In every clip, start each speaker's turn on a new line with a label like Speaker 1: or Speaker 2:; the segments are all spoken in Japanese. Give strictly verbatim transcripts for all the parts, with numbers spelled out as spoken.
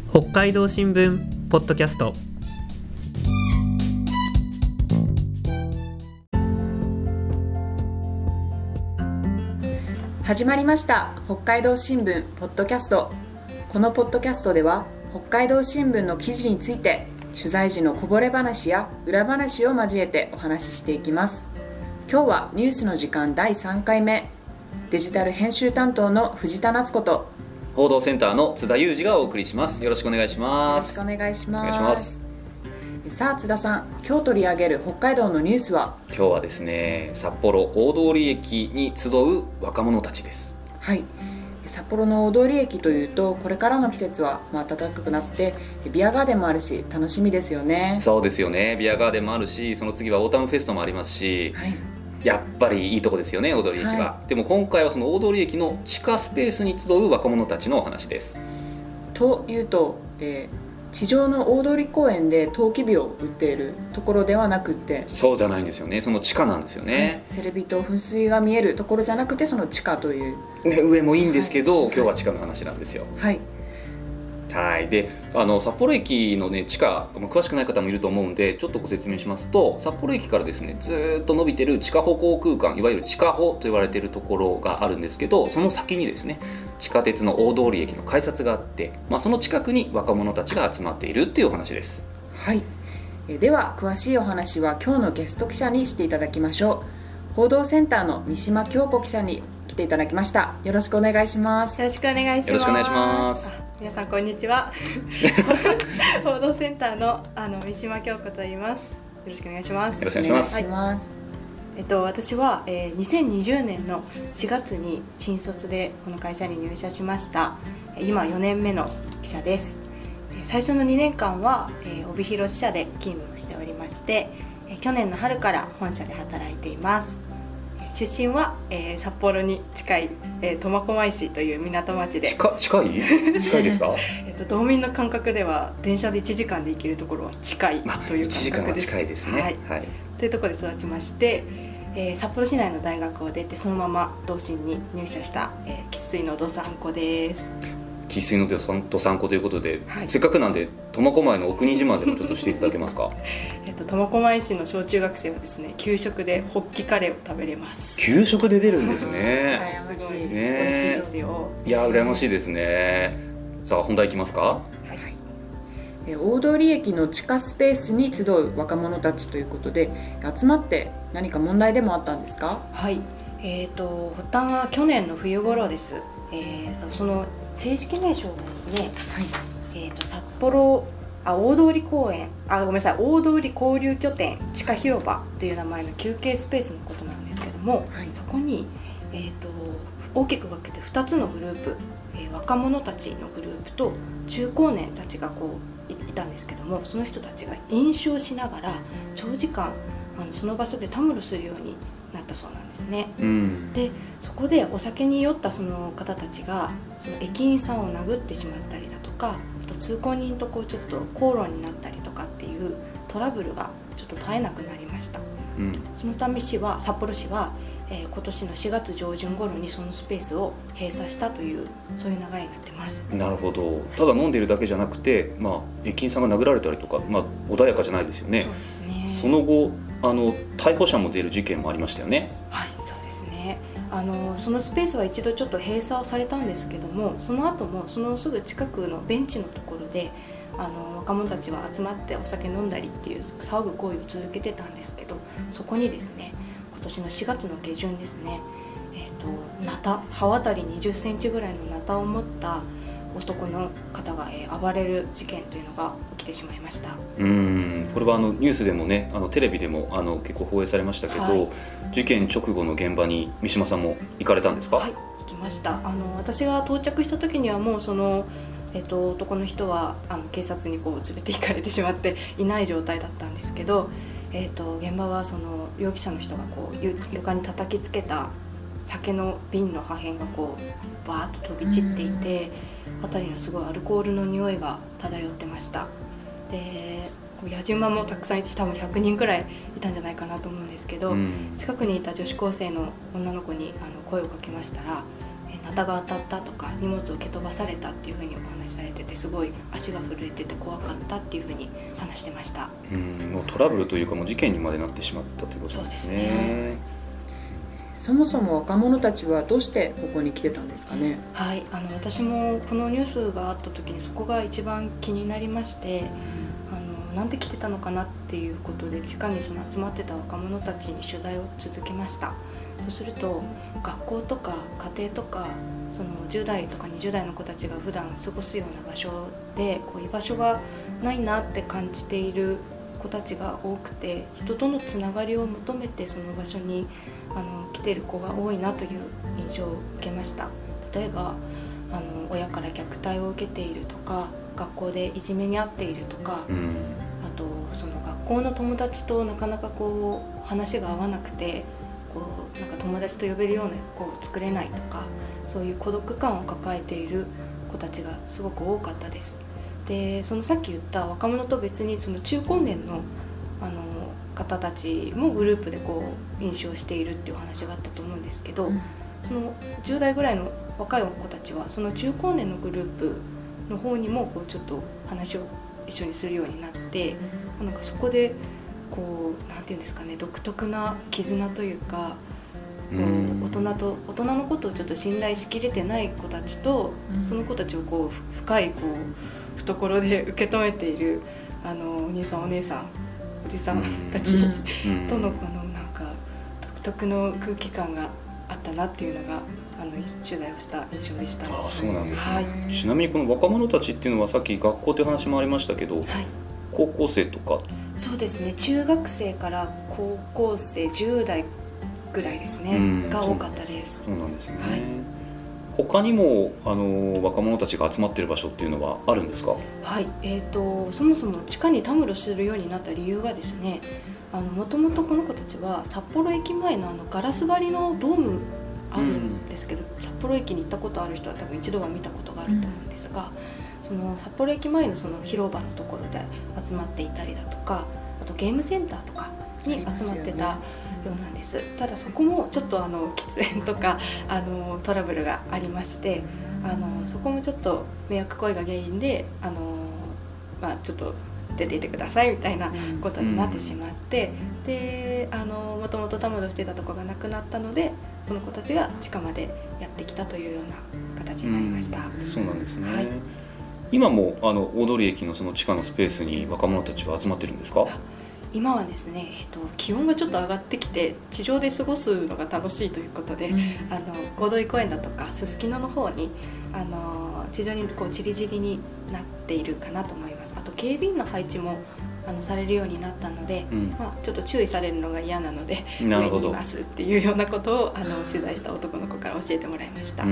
Speaker 1: 北海道新聞ポッドキャスト。
Speaker 2: 始まりました北海道新聞ポッドキャスト。このポッドキャストでは北海道新聞の記事について取材時のこぼれ話や裏話を交えてお話ししていきます。今日はニュースの時間だいさんかいめ、デジタル編集担当の藤田夏子と
Speaker 3: 報道センターの津田裕二がお送りします。よろしくお願いします。
Speaker 2: よろしくお願いします。
Speaker 3: お願いします。
Speaker 2: さあ津田さん、今日取り上げる北海道のニュースは？
Speaker 3: 今日はですね、札幌大通駅に集う若者たちです。
Speaker 2: はい、札幌の大通駅というと、これからの季節はまあ暖かくなってビアガーデンもあるし楽しみですよね。
Speaker 3: そうですよね。ビアガーデンもあるし、その次はオータムフェストもありますし、はい、やっぱりいいとこですよね、大通駅は、はい、でも今回はその大通駅の地下スペースに集う若者たちのお話です。
Speaker 2: というと、えー地上の大通公園で陶器火を売っているところではなくて、
Speaker 3: そうじゃないんですよね。その地下なんですよね、
Speaker 2: はい、テレビと噴水が見えるところじゃなくて、その地下という、
Speaker 3: ね、上もいいんですけど、はい、今日は地下の話なんですよ。
Speaker 2: はい、
Speaker 3: はい、であの札幌駅の、ね、地下、詳しくない方もいると思うんでちょっとご説明しますと、札幌駅からですねずっと伸びてる地下歩行空間、いわゆる地下歩と言われているところがあるんですけど、その先にですね地下鉄の大通駅の改札があって、まあ、その近くに若者たちが集まっているっていうお話です。
Speaker 2: はい、えでは詳しいお話は今日のゲスト記者にしていただきましょう。報道センターの三島京子記者に来ていただきました。よろしくお願いします。
Speaker 4: よろしくお願いします。
Speaker 3: よろしくお願いします。
Speaker 4: 皆さんこんにちは報道センターのあの三島京子と言います。よろしくお願いします。
Speaker 3: よろしくお願いします。
Speaker 4: はい、えっと、私は、えー、にせんにじゅうねんのしがつに新卒でこの会社に入社しました。今よねんめの記者です。最初のにねんかんは、えー、帯広支社で勤務をしておりまして、去年の春から本社で働いています。出身は、えー、札幌に近い、えー、苫小牧市という港町で。
Speaker 3: 近近い近いですか
Speaker 4: えっと道民の感覚では電車でいちじかんで行けるところは近いという感覚です。まあ、いちじかんは
Speaker 3: 近いですね。はいはい、
Speaker 4: というところで育ちまして、えー、札幌市内の大学を出てそのまま同心に入社した生粋、えー、のどさんこです。
Speaker 3: 生粋のどさんこということで、
Speaker 4: はい、
Speaker 3: せっかくなんで苫小牧のお国自慢でもちょっとしていただけますか
Speaker 4: えっと苫小牧市の小中学生はですね、給食でホッキカレーを食べれます。
Speaker 3: 給食で出るんですね
Speaker 4: すごい、
Speaker 3: ね、
Speaker 4: 美味しいですよ。
Speaker 3: いや羨ましいですね。さあ本題いきますか。はい、
Speaker 2: 大通駅の地下スペースに集う若者たちということで、集まって何か問題でもあったんですか？
Speaker 4: はい、えーと、発端は去年の冬頃です。えーと、その正式名称がですね、はい、えーと、札幌あ大通公園あごめんなさい大通交流拠点地下広場という名前の休憩スペースのことなんですけども、はい、そこに、えーと、大きく分けてふたつのグループ、えー、若者たちのグループと中高年たちがこう い, いたんですけども、その人たちが飲酒をしながら長時間あのその場所でたむろするようになったそうなんですね。うん、でそこでお酒に酔ったその方たちがその駅員さんを殴ってしまったりだとか、あと通行人とこうちょっと口論になったりとかっていうトラブルがちょっと絶えなくなりました。うん、そのため市は札幌市は、えー、今年のしがつ上旬頃にそのスペースを閉鎖したというそういう流れになってます。
Speaker 3: なるほど。ただ飲んでいるだけじゃなくて、まあ、駅員さんが殴られたりとか、まあ、穏やかじゃないですよね。
Speaker 4: そうですね。
Speaker 3: その後あの逮捕者も出る事件もありましたよね。
Speaker 4: はい、そうですね。あのそのスペースは一度ちょっと閉鎖をされたんですけども、その後もそのすぐ近くのベンチのところであの若者たちは集まってお酒飲んだりっていう騒ぐ行為を続けてたんですけど、そこにですね今年のしがつの下旬ですね、えーと、ナタ刃渡りにじゅっセンチぐらいのナタを持った男の方が、えー、暴れる事件というのが起きてしまいました。
Speaker 3: うーんこれはあのニュースでもね、あのテレビでもあの結構放映されましたけど、はい、事件直後の現場に三島さんも行かれたんですか？
Speaker 4: はい、行きました。あの私が到着した時にはもうその、えーと、男の人はあの警察にこう連れて行かれてしまっていない状態だったんですけど、えーと、現場はその容疑者の人がこう床に叩きつけた酒の瓶の破片がこうバーッと飛び散っていて、辺りのすごいアルコールの匂いが漂ってました。でこう野じ馬もたくさんいて、多分ひゃくにんくらいいたんじゃないかなと思うんですけど、うん、近くにいた女子高生の女の子にあの声をかけましたら、 ナタが当たったとか荷物を蹴飛ばされたっていうふうにお話しされてて、すごい足が震えてて怖かったっていうふうに話してました。
Speaker 3: うん、もうトラブルというかもう事件にまでなってしまったということなんですね。
Speaker 4: そうですね。
Speaker 2: そもそも若者たちはどうしてここに来てたんですかね。
Speaker 4: はい、あの私もこのニュースがあった時にそこが一番気になりまして、あのなんで来てたのかなっていうことで地下にその集まってた若者たちに取材を続けました。そうすると学校とか家庭とかそのじゅう代とかにじゅう代の子たちが普段過ごすような場所でこう居場所がないなって感じている子たちが多くて、人とのつながりを求めてその場所にあの来ている子が多いなという印象を受けました。例えばあの親から虐待を受けているとか、学校でいじめに遭っているとか、うん、あとその学校の友達となかなかこう話が合わなくてこうなんか友達と呼べるような子を作れないとか、そういう孤独感を抱えている子たちがすごく多かったです。でそのさっき言った若者と別にその中高年のあの方たちもグループでこう飲酒をしているっていう話があったと思うんですけど、うん、そのじゅう代ぐらいの若い子たちはその中高年のグループの方にもこうちょっと話を一緒にするようになって、うん、なんかそこでこうなんていうんですかね、独特な絆というか、こう大人と大人のことをちょっと信頼しきれてない子たちと、うん、その子たちをこう深いこう懐で受け止めているあのお兄さんお姉さんおじさんたち、うん、とのこのなんか独特の空気感があったなっていうのがあの取材をした印象でした。
Speaker 3: ああ、そうなんですね、はい、ちなみにこの若者たちっていうのはさっき学校という話もありましたけど、はい、高校生とか。
Speaker 4: そうですね、中学生から高校生じゅう代ぐらいですねが多かったです。
Speaker 3: そうなんですね、はい、他にもあの若者たちが集まっている場所っていうのはあるんですか？
Speaker 4: はい、えーと、そもそも地下にたむろするようになった理由がですね、もともとこの子たちは札幌駅前のあのガラス張りのドームあるんですけど、うん、札幌駅に行ったことある人は多分一度は見たことがあると思うんですが、うん、その札幌駅前のその広場のところで集まっていたりだとか、あとゲームセンターとかに集まってたようなんです。ただそこもちょっとあの喫煙とかあのトラブルがありまして、あのそこもちょっと迷惑行為が原因であの、まあ、ちょっと出ていてくださいみたいなことになってしまって、うん、であのもともとたむろしてたところがなくなったので、その子たちが地下までやってきたというような形になりました。
Speaker 3: うん、そうなんですね、
Speaker 4: はい、
Speaker 3: 今もあの大通駅のその地下のスペースに若者たちは集まってるんですか？
Speaker 4: 今はですね、えっと、気温がちょっと上がってきて地上で過ごすのが楽しいということで、うん、あの大通公園だとかすすきのの方にあの地上にこうチリチリになっているかなと思います。あと警備員の配置もあのされるようになったので、うん、まあ、ちょっと注意されるのが嫌なので上にいますっていうようなことをあの取材した男の子から教えてもらいました。うん、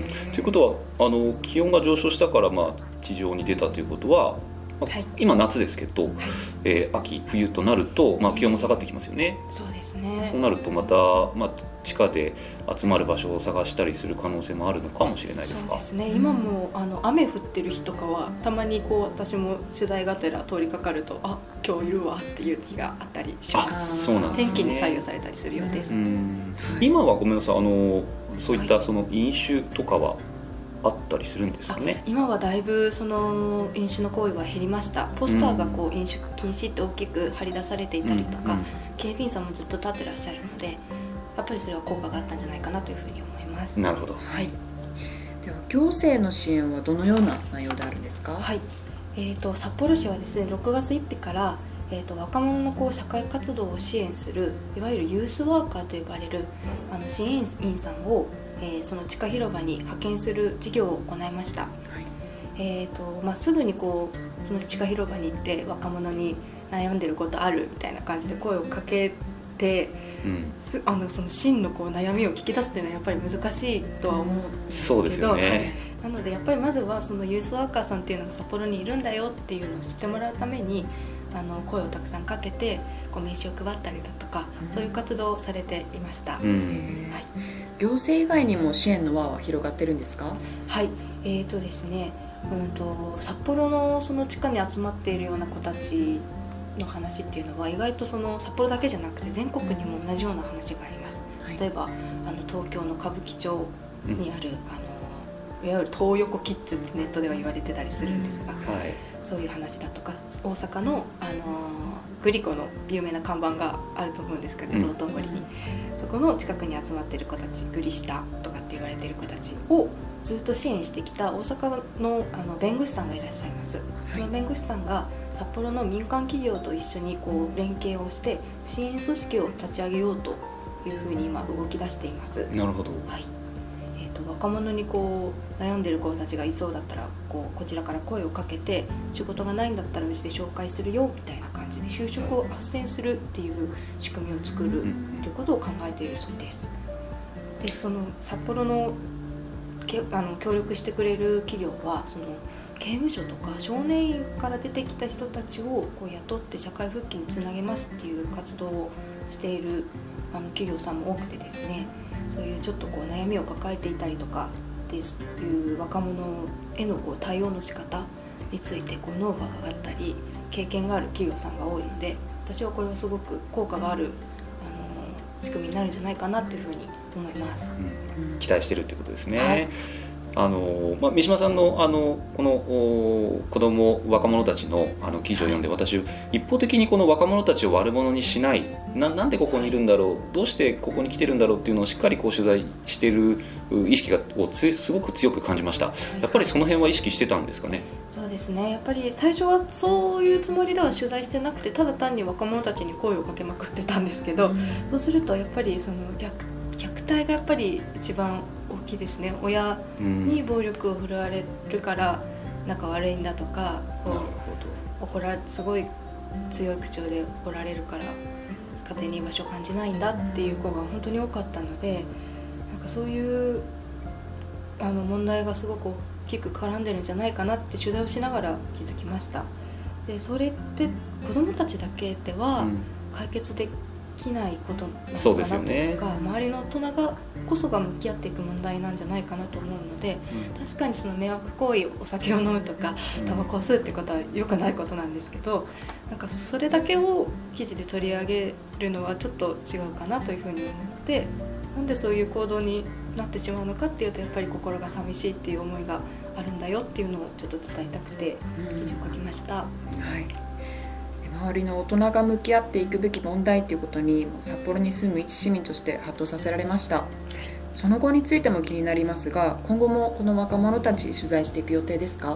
Speaker 3: ということはあの気温が上昇したから、まあ、地上に出たということは、まあ、はい、今夏ですけど、はい、えー、秋冬となると、まあ、気温も下がってきますよね。
Speaker 4: そうですね。
Speaker 3: そうなるとまた、まあ、地下で集まる場所を探したりする可能性もあるのかもしれないですか？
Speaker 4: そうですね、今もあの雨降ってる日とかはたまにこう私も取材がてら通りかかると、あ、今日いるわっていう日があったりします。
Speaker 3: あ、そうなんですね。
Speaker 4: 天気に左右されたりするようです。うん、
Speaker 3: 今はごめんなさい、あのそういったその飲酒とかはあったりするんですかね？
Speaker 4: 今はだいぶその飲酒の行為は減りました。ポスターがこう飲酒禁止って大きく貼り出されていたりとか、うんうん、警備員さんもずっと立ってらっしゃるので、やっぱりそれは効果があったんじゃないかなというふうに思います。
Speaker 3: なるほど、
Speaker 2: はい、では行政の支援はどのような内容であるんですか？
Speaker 4: はい、えー、と札幌市はですね、ろくがつついたちから、えー、と若者のこう社会活動を支援するいわゆるユースワーカーと呼ばれるあの支援員さんを、えー、その地下広場に派遣する事業を行いました。はい、えーとまあ、すぐにこうその地下広場に行って若者に悩んでることあるみたいな感じで声をかけて、うん、あのその真のこう悩みを聞き出すっていうのはやっぱり難しいとは思うんですけど、
Speaker 3: そうですよね。
Speaker 4: はい、なのでやっぱりまずはそのユースワーカーさんっていうのが札幌にいるんだよっていうのを知ってもらうためにあの声をたくさんかけてこう名刺を配ったりだとか、うん、そういう活動をされていました。うん、
Speaker 2: はい、行政以外にも支援の輪は広がってるんですか？
Speaker 4: はい、えーとですね、うんと札幌のその地下に集まっているような子たちの話っていうのは意外とその札幌だけじゃなくて全国にも同じような話があります。はい、例えばあの東京の歌舞伎町にある、うん、あのいわゆる東横キッズってネットでは言われてたりするんですが、
Speaker 3: うん、はい、
Speaker 4: そういう話だとか、大阪の、あのグリコの有名な看板があると思うんですけど、道頓堀に、そこの近くに集まっている子たち、グリシタとかって言われている子たちをずっと支援してきた大阪 の, あの弁護士さんがいらっしゃいます、はい、その弁護士さんが札幌の民間企業と一緒にこう連携をして支援組織を立ち上げようというふうに今動き出しています。
Speaker 3: なるほど、
Speaker 4: はい、えー、と若者にこう悩んでる子たちがいそうだったらこうこちらから声をかけて、仕事がないんだったらうちで紹介するよみたいな感じで就職を斡旋するっていう仕組みを作るっていうことを考えているそうです。でその札幌のけあの協力してくれる企業は、その刑務所とか少年院から出てきた人たちをこう雇って社会復帰につなげますっていう活動をしているあの企業さんも多くてですね、そういうちょっとこう悩みを抱えていたりとかっていう若者へのこう対応の仕方についてこうノウハウがあったり経験がある企業さんが多いので、私はこれはすごく効果があるあの仕組みになるんじゃないかなというふうに思います、
Speaker 3: うん、期待してるってことですね、
Speaker 4: はい。
Speaker 3: あのまあ、三島さんの、あのこの子ども若者たち の, あの記事を読んで、私一方的にこの若者たちを悪者にしない な, なんでここにいるんだろう、どうしてここに来てるんだろうっていうのをしっかりこう取材している意識がをつすごく強く感じました。やっぱりその辺は意識してたんですかね。
Speaker 4: そうですね、やっぱり最初はそういうつもりでは取材してなくて、ただ単に若者たちに声をかけまくってたんですけど、うん、そうするとやっぱりその 虐, 虐待がやっぱり一番大きいですね。親に暴力を振るわれるから仲悪いんだとか、こう怒らすごい強い口調で怒られるから家庭に居場所を感じないんだっていう子が本当に多かったので、なんかそういうあの問題がすごく大きく絡んでるんじゃないかなって取材をしながら気づきました。でそれって子どもたちだけでは解決できないことなのかなとか、
Speaker 3: そうですよね、
Speaker 4: 周りの大人がこそが向き合っていく問題なんじゃないかなと思うので、うん、確かにその迷惑行為、お酒を飲むとかタバコを吸うってことは良くないことなんですけど、なんかそれだけを記事で取り上げるのはちょっと違うかなというふうに思って、なんでそういう行動になってしまうのかっていうと、やっぱり心が寂しいっていう思いがあるんだよっていうのをちょっと伝えたくて記事を書きました、
Speaker 2: うん、はい。周りの大人が向き合っていくべき問題ということに札幌に住む一市民としてハッとさせられました。その後についても気になりますが、今後もこの若者たち取材していく予定ですか？
Speaker 4: はい、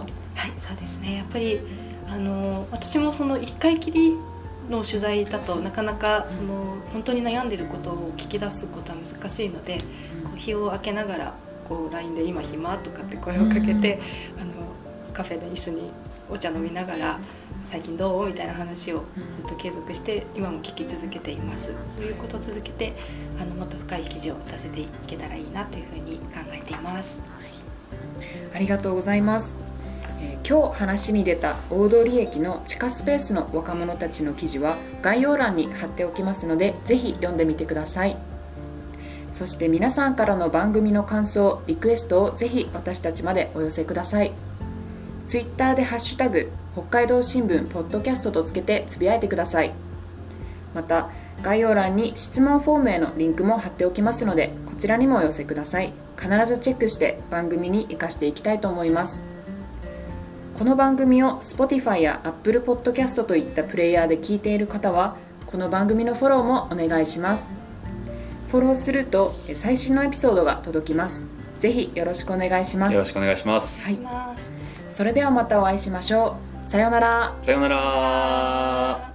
Speaker 4: そうですね。やっぱりあの私もそのいっかいきりの取材だとなかなかその本当に悩んでいることを聞き出すことは難しいので、こう日を明けながらこう ライン で今暇とかって声をかけて、うん、あのカフェで一緒にお茶飲みながら最近どうみたいな話をずっと継続して今も聞き続けています。そういうことを続けてあのもっと深い記事を出せていけたらいいなというふうに考えています、
Speaker 2: はい、ありがとうございます、えー、今日話に出た大通駅の地下スペースの若者たちの記事は概要欄に貼っておきますので、ぜひ読んでみてください。そして皆さんからの番組の感想、リクエストをぜひ私たちまでお寄せください。ツイッターでハッシュタグ北海道新聞ポッドキャストとつけてつぶやいてください。また概要欄に質問フォームへのリンクも貼っておきますので、こちらにもお寄せください。必ずチェックして番組に生かしていきたいと思います。この番組を Spotify や Apple Podcast といったプレイヤーで聞いている方は、この番組のフォローもお願いします。フォローすると最新のエピソードが届きます。ぜひよろしくお願いします。
Speaker 3: よろしくお願いします、
Speaker 2: はい、それではまたお会いしましょう。さようなら。
Speaker 3: さようなら。